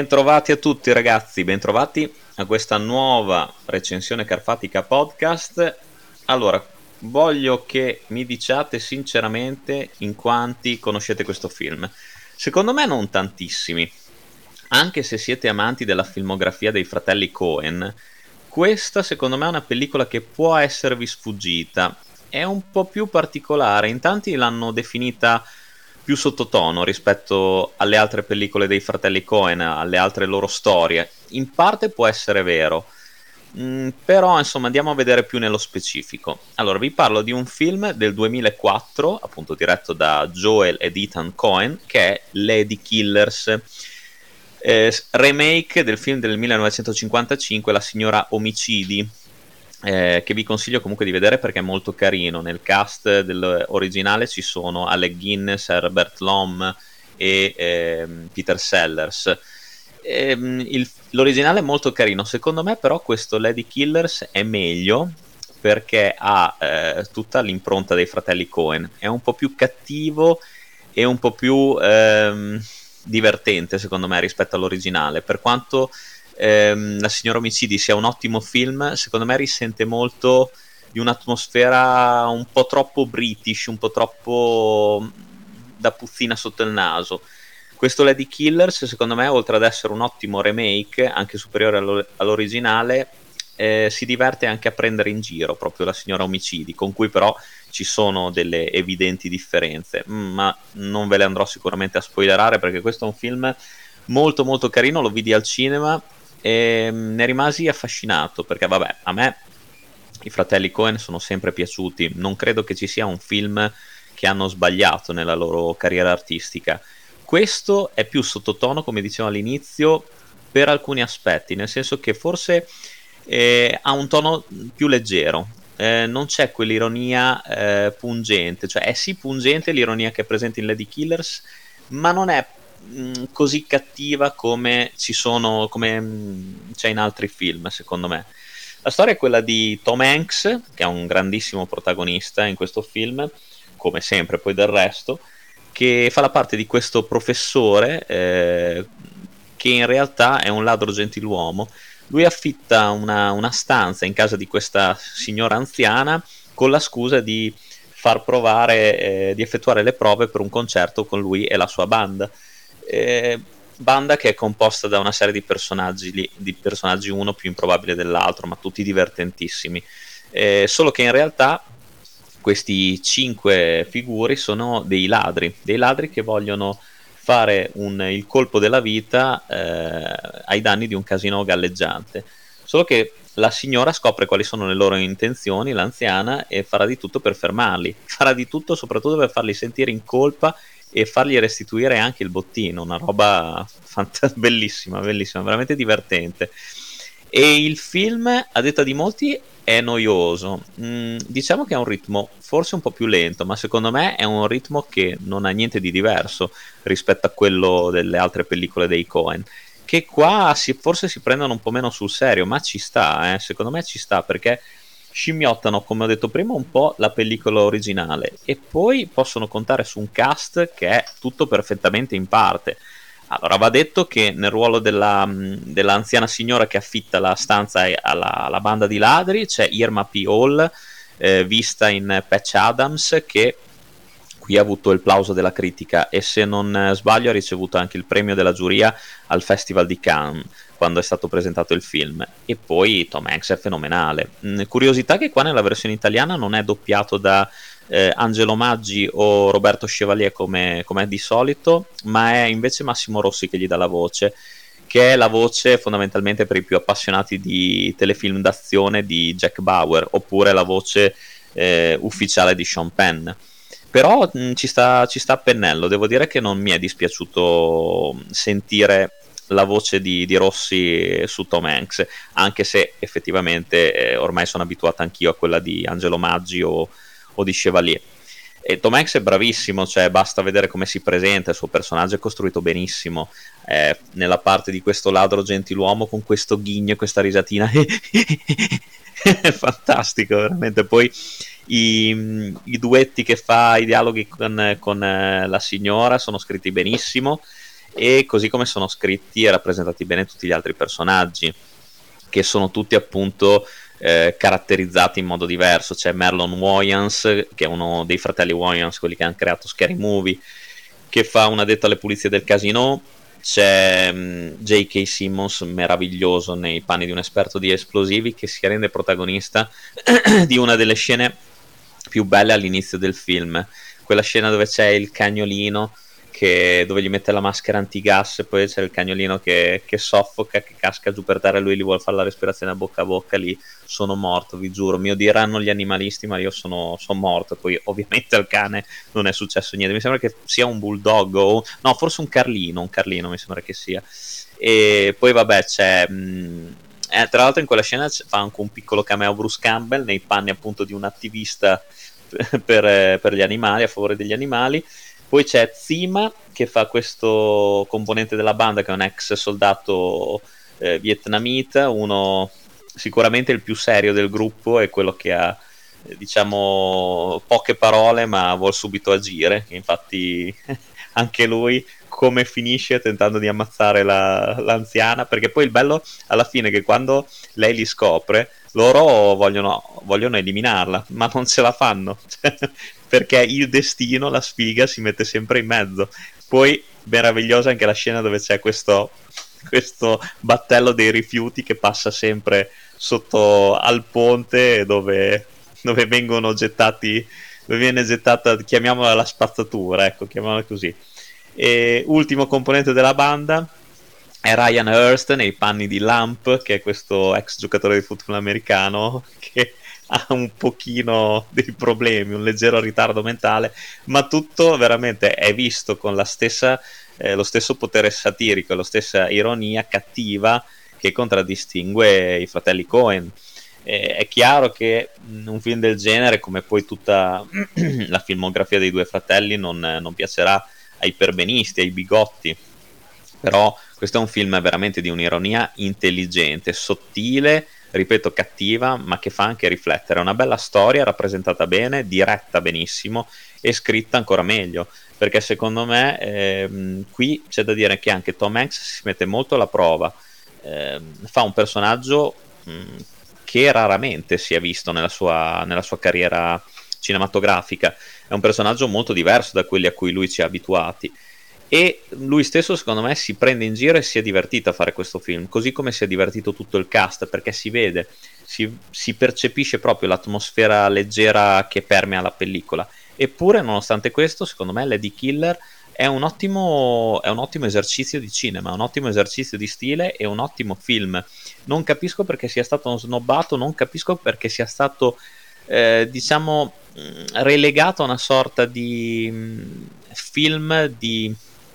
Bentrovati a tutti ragazzi, bentrovati a questa nuova recensione Carfatica Podcast. Allora, voglio che mi diciate sinceramente in quanti conoscete questo film. Secondo me non tantissimi, anche se siete amanti della filmografia dei fratelli Coen. Questa secondo me è una pellicola che può esservi sfuggita. È un po' più particolare, in tanti l'hanno definita più sottotono rispetto alle altre pellicole dei fratelli Coen, alle altre loro storie. In parte può essere vero, però insomma andiamo a vedere più nello specifico. Allora vi parlo di un film del 2004, appunto diretto da Joel ed Ethan Coen, che è Lady Killers, remake del film del 1955 La signora Omicidi, che vi consiglio comunque di vedere perché è molto carino. Nel cast dell'originale ci sono Alec Guinness, Herbert Lom e Peter Sellers. L'originale è molto carino, secondo me però questo Lady Killers è meglio perché ha tutta l'impronta dei fratelli Coen, è un po' più cattivo e un po' più divertente secondo me rispetto all'originale, per quanto La signora Omicidi sia un ottimo film, secondo me risente molto di un'atmosfera un po' troppo british, un po' troppo da puzzina sotto il naso. Questo Lady Killers secondo me, oltre ad essere un ottimo remake anche superiore all'originale, si diverte anche a prendere in giro proprio la signora Omicidi, con cui però ci sono delle evidenti differenze, ma non ve le andrò sicuramente a spoilerare perché questo è un film molto molto carino, lo vidi al cinema e ne rimasi affascinato perché vabbè, a me i fratelli Coen sono sempre piaciuti, non credo che ci sia un film che hanno sbagliato nella loro carriera artistica. Questo è più sottotono, come dicevo all'inizio, per alcuni aspetti, nel senso che forse ha un tono più leggero, non c'è quell'ironia pungente, cioè è sì pungente l'ironia che è presente in Lady Killers, ma non è così cattiva come c'è in altri film, secondo me. La storia è quella di Tom Hanks, che è un grandissimo protagonista in questo film, come sempre poi del resto, che fa la parte di questo professore che in realtà è un ladro gentiluomo. Lui affitta una stanza in casa di questa signora anziana con la scusa di far provare, di effettuare le prove per un concerto con lui e la sua banda. Banda che è composta da una serie di personaggi uno più improbabile dell'altro, ma tutti divertentissimi. Solo che in realtà questi 5 figuri sono dei ladri che vogliono fare il colpo della vita ai danni di un casino galleggiante. Solo che la signora scopre quali sono le loro intenzioni, l'anziana, e farà di tutto per fermarli. Farà di tutto soprattutto per farli sentire in colpa e fargli restituire anche il bottino. Una roba bellissima, bellissima, veramente divertente. E il film, a detta di molti, è noioso. Diciamo che ha un ritmo forse un po' più lento, ma secondo me è un ritmo che non ha niente di diverso rispetto a quello delle altre pellicole dei Coen, che qua forse si prendono un po' meno sul serio, ma ci sta, secondo me ci sta, perché scimmiottano, come ho detto prima, un po' la pellicola originale e poi possono contare su un cast che è tutto perfettamente in parte. Allora, va detto che nel ruolo dell'anziana signora che affitta la stanza alla banda di ladri c'è Irma P. Hall, vista in Patch Adams, che qui ha avuto il plauso della critica e se non sbaglio ha ricevuto anche il premio della giuria al Festival di Cannes quando è stato presentato il film. E poi Tom Hanks è fenomenale. Curiosità che qua nella versione italiana non è doppiato da Angelo Maggi o Roberto Chevalier come è di solito, ma è invece Massimo Rossi che gli dà la voce, che è la voce fondamentalmente per i più appassionati di telefilm d'azione di Jack Bauer, oppure la voce ufficiale di Sean Penn. Però ci sta a pennello, devo dire che non mi è dispiaciuto sentire la voce di Rossi su Tom Hanks, anche se effettivamente ormai sono abituato anch'io a quella di Angelo Maggi o di Chevalier. E Tom Hanks è bravissimo, cioè basta vedere come si presenta, il suo personaggio è costruito benissimo, nella parte di questo ladro gentiluomo con questo ghigno e questa risatina è fantastico veramente. Poi i duetti che fa, i dialoghi con la signora sono scritti benissimo e così come sono scritti e rappresentati bene tutti gli altri personaggi, che sono tutti appunto caratterizzati in modo diverso. C'è Marlon Wayans, che è uno dei fratelli Wayans, quelli che hanno creato Scary Movie, che fa un addetto alle pulizie del casino. C'è J.K. Simmons, meraviglioso nei panni di un esperto di esplosivi, che si rende protagonista di una delle scene più belle all'inizio del film, quella scena dove c'è il cagnolino dove gli mette la maschera antigas e poi c'è il cagnolino che soffoca, che casca giù per terra e lui gli vuole fare la respirazione a bocca. Lì sono morto, vi giuro, mi odieranno gli animalisti, ma io sono morto. Poi ovviamente al cane non è successo niente, mi sembra che sia un bulldog o no, forse un carlino mi sembra che sia. E poi vabbè c'è tra l'altro in quella scena fa anche un piccolo cameo Bruce Campbell nei panni appunto di un attivista per gli animali, a favore degli animali. Poi c'è Zima, che fa questo componente della banda, che è un ex soldato vietnamita, uno sicuramente il più serio del gruppo, è quello che ha diciamo poche parole ma vuol subito agire. Infatti anche lui come finisce tentando di ammazzare l'anziana, perché poi il bello alla fine è che quando lei li scopre loro vogliono eliminarla, ma non ce la fanno perché il destino, la sfiga, si mette sempre in mezzo. Poi meravigliosa anche la scena dove c'è questo battello dei rifiuti che passa sempre sotto al ponte dove vengono gettati, dove viene gettata, chiamiamola la spazzatura, ecco, chiamiamola così. E ultimo componente della banda è Ryan Hurst nei panni di Lamp, che è questo ex giocatore di football americano che ha un pochino dei problemi, un leggero ritardo mentale, ma tutto veramente è visto con lo stesso potere satirico, la stessa ironia cattiva che contraddistingue i fratelli Coen. È chiaro che un film del genere, come poi tutta la filmografia dei due fratelli, non piacerà ai perbenisti, ai bigotti, però questo è un film veramente di un'ironia intelligente, sottile, ripeto cattiva, ma che fa anche riflettere. È una bella storia, rappresentata bene, diretta benissimo e scritta ancora meglio, perché secondo me qui c'è da dire che anche Tom Hanks si mette molto alla prova. Fa un personaggio che raramente si è visto nella sua carriera cinematografica. È un personaggio molto diverso da quelli a cui lui ci ha abituati, e lui stesso secondo me si prende in giro e si è divertito a fare questo film, così come si è divertito tutto il cast, perché si vede, si percepisce proprio l'atmosfera leggera che permea la pellicola. Eppure nonostante questo secondo me Lady Killer è un ottimo esercizio di cinema, un ottimo esercizio di stile e un ottimo film. Non capisco perché sia stato snobbato, non capisco perché sia stato diciamo relegato a una sorta di film di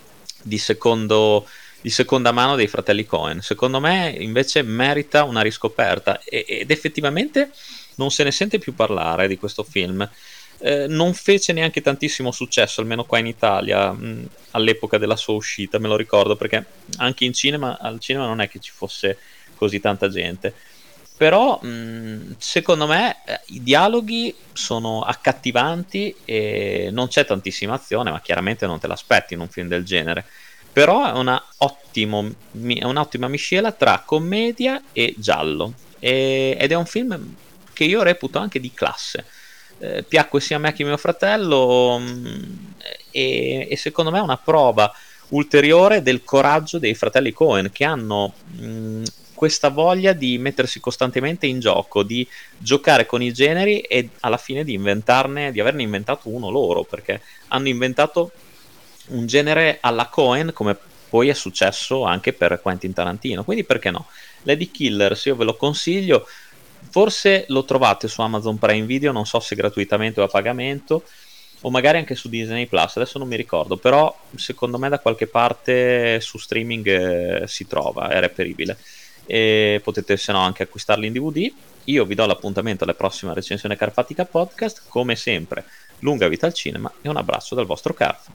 seconda mano dei fratelli Coen. Secondo me invece merita una riscoperta ed effettivamente non se ne sente più parlare di questo film. Non fece neanche tantissimo successo, almeno qua in Italia, all'epoca della sua uscita, me lo ricordo, perché anche al cinema non è che ci fosse così tanta gente. Però secondo me i dialoghi sono accattivanti e non c'è tantissima azione, ma chiaramente non te l'aspetti in un film del genere. Però è un'ottima miscela tra commedia e giallo, ed è un film che io reputo anche di classe. Piacque sia a me che a mio fratello, e secondo me è una prova ulteriore del coraggio dei fratelli Coen, che hanno questa voglia di mettersi costantemente in gioco, di giocare con i generi e alla fine di averne inventato uno loro, perché hanno inventato un genere alla Coen, come poi è successo anche per Quentin Tarantino. Quindi perché no? Lady Killers io ve lo consiglio, forse lo trovate su Amazon Prime Video, non so se gratuitamente o a pagamento, o magari anche su Disney Plus, adesso non mi ricordo, però secondo me da qualche parte su streaming si trova, è reperibile, e potete se no anche acquistarli in DVD. Io vi do l'appuntamento alla prossima recensione Carpatica Podcast, come sempre lunga vita al cinema e un abbraccio dal vostro Carlo.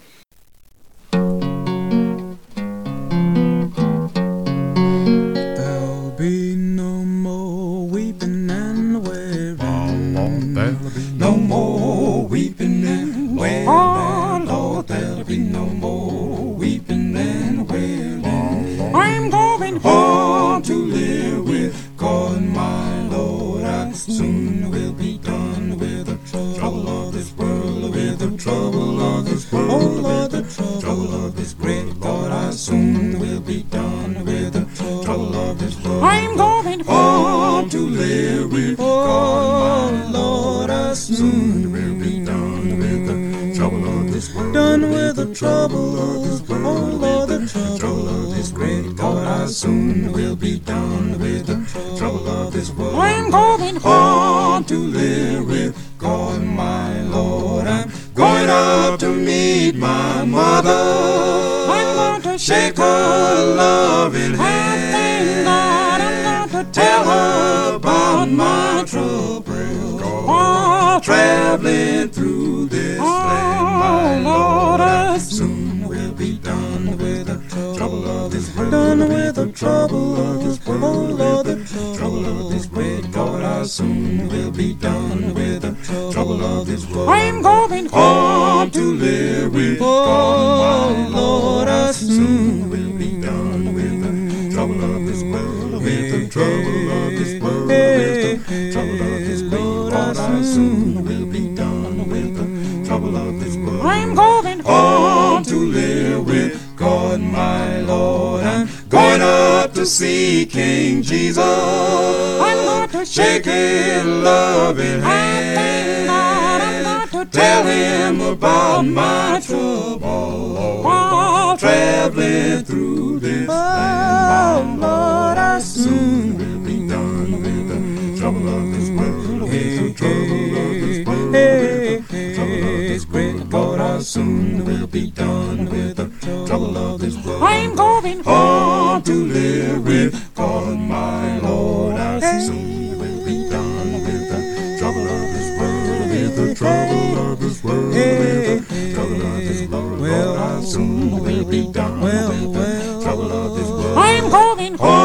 No more weeping and wailing. Oh Lord, there'll be no more weeping and trouble of this world. Oh Lord, the trouble of this great God, I soon will be done with the trouble of this world. I'm going home to live with God, my Lord. I'm going up to meet my mother. I'm going to shake her loving hand. I'm going to tell her about my trouble while traveling through this land, my Lord. I soon will be done with the trouble of this world. Done with the trouble of this world. Oh Lord, the trouble of this great God. I soon will be done with the trouble of this world. I'm going home to live with God, my Lord. I soon will be done with the trouble of this world. With the trouble of this world. With the trouble of this great God. I soon will be done with the trouble of this world. I'm going home to live with God, my Lord. I'm going up to see King Jesus. I'm going to shake his loving hand. I'm going to tell him about my trouble while traveling through this land, my Lord. I soon will be done with the trouble of this world. With the trouble of this world. With the trouble of this great God. I soon will be done with the trouble of this world. I'm going home to live with God, my Lord. I soon will be done with the trouble of this world. With the trouble of this world. With the trouble of this world. Well, I soon will be done with the trouble of this world. I'm going home